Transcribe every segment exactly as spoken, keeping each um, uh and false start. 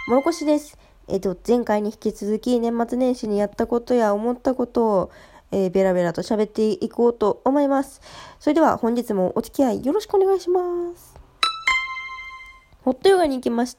もろこしです。えっと、前回に引き続き年末年始にやったことや思ったことを、えー、ベラベラと喋っていこうと思います。それでは本日もお付き合いよろしくお願いします。ホットヨガに行きました。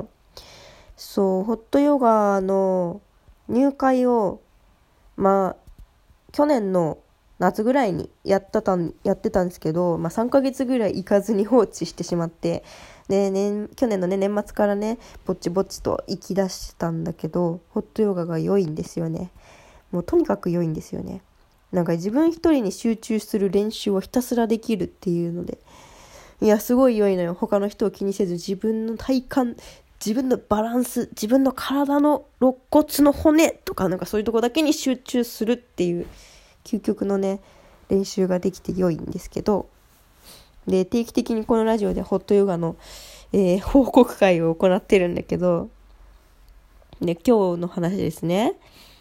そう、ホットヨガの入会を、まあ、去年の夏ぐらいにやったたんやってたんですけど、まあ、さんかげつぐらい行かずに放置してしまって、で年去年の、ね、年末からねぼちぼちと行き出したんだけど、ホットヨガが良いんですよね。もうとにかく良いんですよね。なんか自分一人に集中する練習をひたすらできるっていうので、いやすごい良いのよ。他の人を気にせず自分の体幹、自分のバランス、自分の体の肋骨の骨とか、なんかそういうとこだけに集中するっていう究極のね練習ができて良いんですけど、で定期的にこのラジオでホットヨガの、えー、報告会を行ってるんだけど、で今日の話ですね。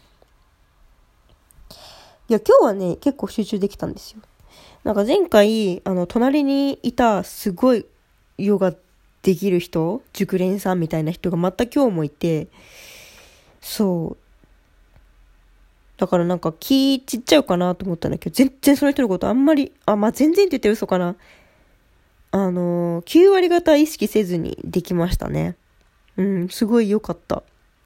いや今日はね結構集中できたんですよ。なんか前回あの隣にいたすごいヨガできる人、熟練さんみたいな人がまた今日もいて、そうだからなんか気ちっちゃうかなと思ったんだけど、全然その人のことあんまり、あ、まあ全然って言って嘘かな。あのー、きゅうわり方意識せずにできましたね。うん、すごい良かった。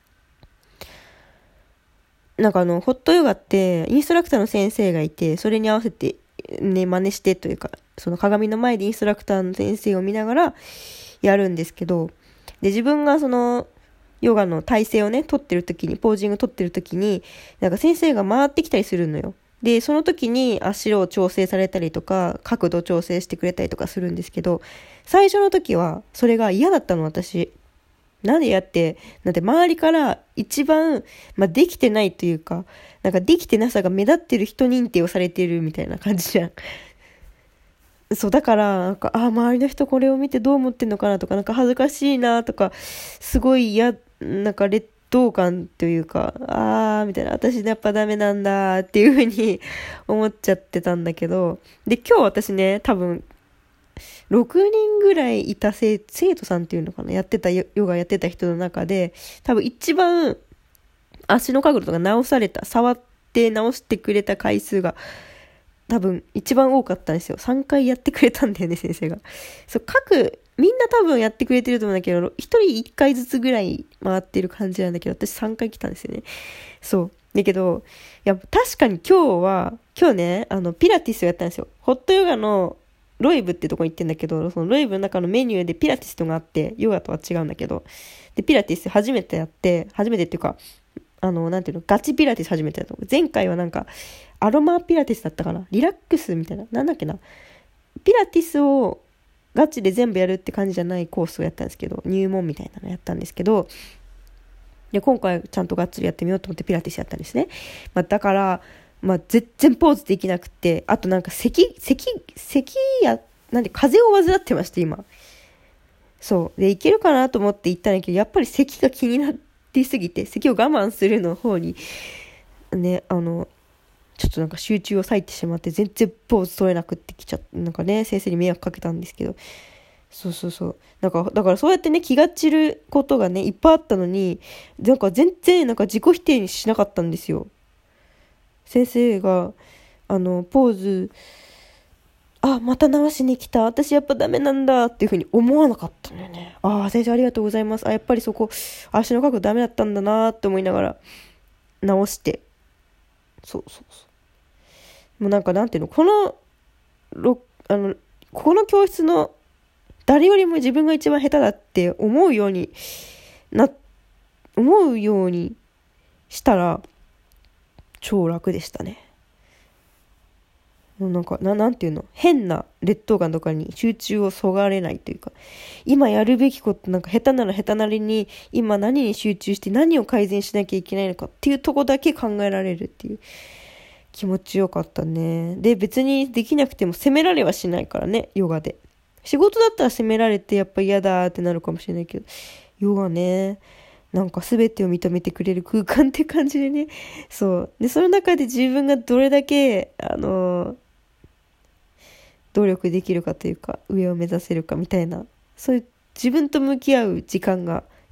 なんかあの、ホットヨガってインストラクターの先生がいて、それに合わせてね、真似してというか、その鏡の前でインストラクターの先生を見ながらやるんですけど、で、自分がその、ヨガの体勢をね、取ってる時に、ポージング取ってる時に、なんか先生が回ってきたりするのよ。で、その時に足を調整されたりとか、角度調整してくれたりとかするんですけど、最初の時はそれが嫌だったの、私。なんでやって、なんて周りから一番、まあ、できてないというか、なんかできてなさが目立ってる人認定をされてるみたいな感じじゃん。そう、だから、なんか、あ、周りの人これを見てどう思ってんのかなとか、なんか恥ずかしいなとか、すごい嫌、なんか劣等感というか、あー、みたいな、私やっぱダメなんだっていう風に思っちゃってたんだけど、で、今日私ね、多分、ろくにんぐらいいた生、生徒さんっていうのかな、やってたヨガやってた人の中で、多分一番足の角度とか直された、触って直してくれた回数が、多分一番多かったんですよ。さんかいやってくれたんだよね、先生が。そう、各、みんな多分やってくれてると思うんだけど、ひとりいっかいずつぐらい回ってる感じなんだけど、私さんかい来たんですよね。そう。だけど、いや、確かに今日は、今日ね、あの、ピラティスをやったんですよ。ホットヨガのロイブってとこに行ってんだけど、そのロイブの中のメニューでピラティスとかあって、ヨガとは違うんだけど、で、ピラティス初めてやって、初めてっていうか、あの、なんていうの、ガチピラティス初めてやった。前回はなんか、アロマピラティスだったかな、リラックスみたいな、なんだっけな、ピラティスをガチで全部やるって感じじゃないコースをやったんですけど、入門みたいなのやったんですけど、で今回ちゃんとがっつりやってみようと思ってピラティスやったんですね。まあ、だから、まあ、全然ポーズできなくて、あとなんか咳咳咳やなんで風邪を患ってまして今。そうでいけるかなと思って行ったんだけど、やっぱり咳が気になりすぎて、咳を我慢するの方にね、あのちょっとなんか集中を割いてしまって、全然ポーズ取れなくってきちゃって、なんかね先生に迷惑かけたんですけど、そうそうそう、なんかだからそうやってね気が散ることがねいっぱいあったのに、なんか全然なんか自己否定にしなかったんですよ。先生があのポーズ、あまた直しに来た、私やっぱダメなんだっていう風に思わなかったんだよね。ああ先生ありがとうございます、あやっぱりそこ足の角度ダメだったんだなって思いながら直して、そうそうそう、もうなんかなんていうの、このろあのここの教室の誰よりも自分が一番下手だって思うようにな思うようにしたら超楽でしたね。もうなんかな、なんていうの、変な劣等感とかに集中をそがれないというか、今やるべきこと、なんか下手なら下手なりに今何に集中して何を改善しなきゃいけないのかっていうとこだけ考えられるっていう、気持ちよかったね。で別にできなくても責められはしないからね、ヨガで。仕事だったら責められてやっぱ嫌だってなるかもしれないけど、ヨガね、なんか全てを認めてくれる空間って感じでね。そうでその中で自分がどれだけあの努力できるかというか、上を目指せるかみたいな、そういう自分と向き合う時間が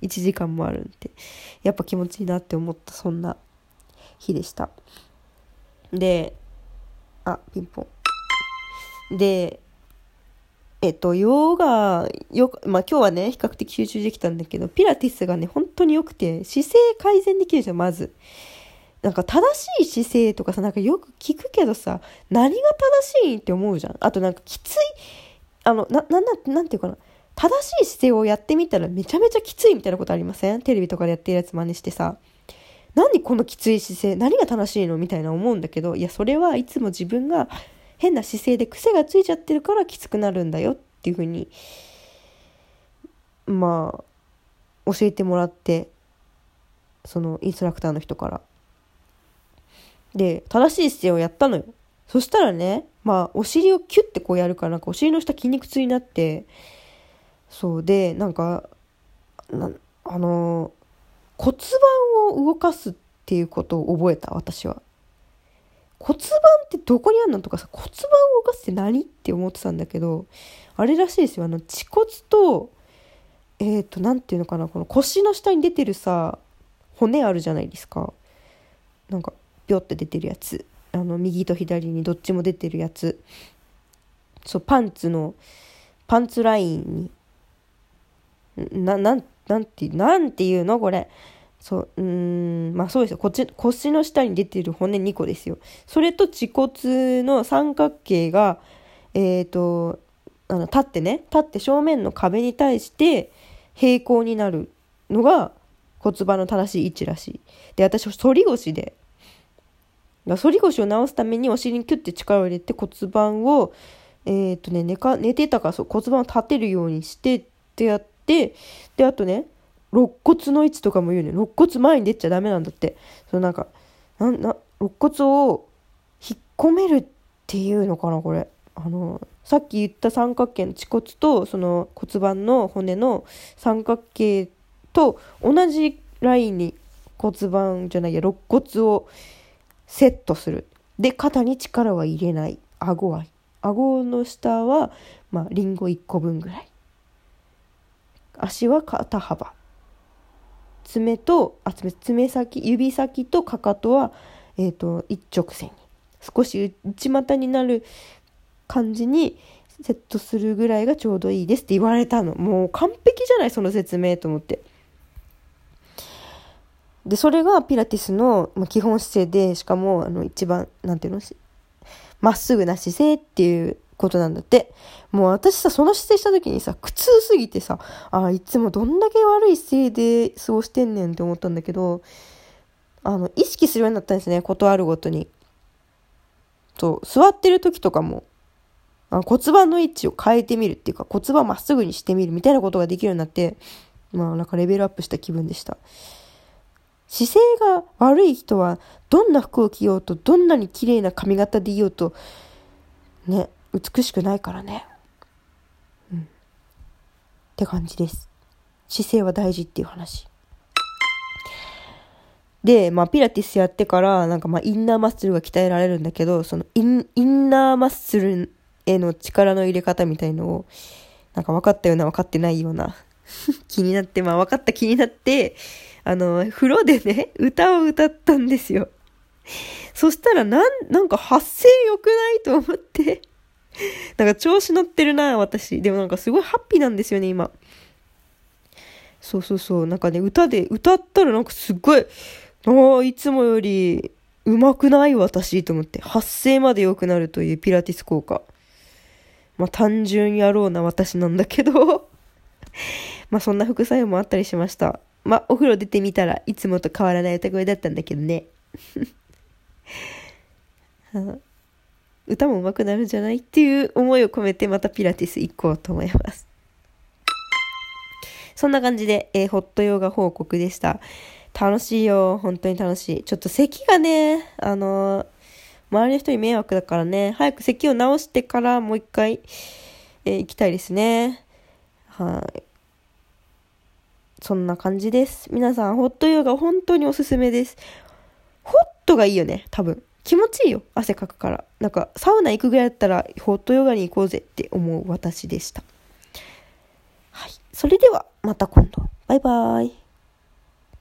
いちじかんもあるんで、やっぱ気持ちいいなって思った、そんな日でした。で、あ、ピンポン。で、えっと、ヨガ、よ、まあ今日はね、比較的集中できたんだけど、ピラティスがね、本当に良くて、姿勢改善できるじゃん、まず。なんか正しい姿勢とかさ、なんかよく聞くけどさ、何が正しいって思うじゃん。あとなんかきつい、あの、な、な、ななんていうかな。正しい姿勢をやってみたらめちゃめちゃきついみたいなことありません？テレビとかでやってるやつ真似してさ。何このきつい姿勢、何が正しいのみたいな思うんだけど、いや、それはいつも自分が変な姿勢で癖がついちゃってるからきつくなるんだよっていう風に、まあ、教えてもらって、そのインストラクターの人から。で、正しい姿勢をやったのよ。そしたらね、まあ、お尻をキュッてこうやるから、なんかお尻の下筋肉痛になって、そうで、なんか、なあのー、骨盤を動かすっていうことを覚えた、私は。骨盤ってどこにあるのとかさ、骨盤を動かすって何って思ってたんだけど、あれらしいですよ。あの、恥骨と、えっと、なんていうのかな、この腰の下に出てるさ、骨あるじゃないですか。なんか、ビョって出てるやつ。あの、右と左にどっちも出てるやつ。そう、パンツの、パンツラインに、な、なん、なんて、なんていうのこれ。そう、うーん、まあそうですよ。こっち、腰の下に出てる骨にこですよ。それと恥骨の三角形が、えっと、あの、立ってね、立って正面の壁に対して平行になるのが骨盤の正しい位置らしい。で、私、反り腰で、反り腰を直すためにお尻にキュッて力を入れて骨盤を、えっとね、寝か、寝てたからそう骨盤を立てるようにしてってやって、で、あとね、肋骨の位置とかも言うね。肋骨前に出ちゃダメなんだって。そのなんか、な、な、肋骨を引っ込めるっていうのかな、これ。あの、さっき言った三角形の恥骨と、その骨盤の骨の三角形と同じラインに骨盤じゃないや、肋骨をセットする。で、肩に力は入れない。顎は、顎の下は、まあ、リンゴいっこぶんぐらい。足は肩幅。爪と、あ、爪、爪先、指先とかかとは、えっと、一直線に。少し内股になる感じにセットするぐらいがちょうどいいですって言われたの。もう完璧じゃない、その説明と思って。で、それがピラティスの基本姿勢で、しかも、あの、一番、なんていうの、まっすぐな姿勢っていうことなんだって。もう私さ、その姿勢した時にさ、苦痛すぎてさ、あ、いつもどんだけ悪い姿勢で過ごしてんねんって思ったんだけど、あの、意識するようになったんですね、ことあるごとに。そう、座ってる時とかも、あ、骨盤の位置を変えてみるっていうか、骨盤まっすぐにしてみるみたいなことができるようになって、まあなんかレベルアップした気分でした。姿勢が悪い人はどんな服を着ようと、どんなに綺麗な髪型でいようとね、美しくないからね。うん。って感じです。姿勢は大事っていう話。で、まあピラティスやってからなんかまあインナーマッスルが鍛えられるんだけど、そのイン、インナーマッスルへの力の入れ方みたいのをなんか分かったような分かってないような気になって、まあ分かった気になって、あの、風呂でね、歌を歌ったんですよ。そしたらなん、なんか発声良くないと思って。なんか調子乗ってるな、私。でもなんかすごいハッピーなんですよね、今。そうそうそう。なんかね、歌で、歌ったらなんかすっごい、ああ、いつもより上手くない私と思って。発声まで良くなるというピラティス効果。まあ単純やろうな私なんだけど。まあそんな副作用もあったりしました。まあ、お風呂出てみたらいつもと変わらない歌声だったんだけどね。歌も上手くなるんじゃないっていう思いを込めてまたピラティス行こうと思います。そんな感じで、えー、ホットヨガ報告でした。楽しいよ。本当に楽しい。ちょっと咳がね、あのー、周りの人に迷惑だからね、早く咳を治してからもう一回、えー、行きたいですね。はい。そんな感じです。皆さん、ホットヨガ本当におすすめです。ホットがいいよね、多分。気持ちいいよ、汗かくから。なんか、サウナ行くぐらいだったら、ホットヨガに行こうぜって思う私でした。はい。それでは、また今度。バイバーイ。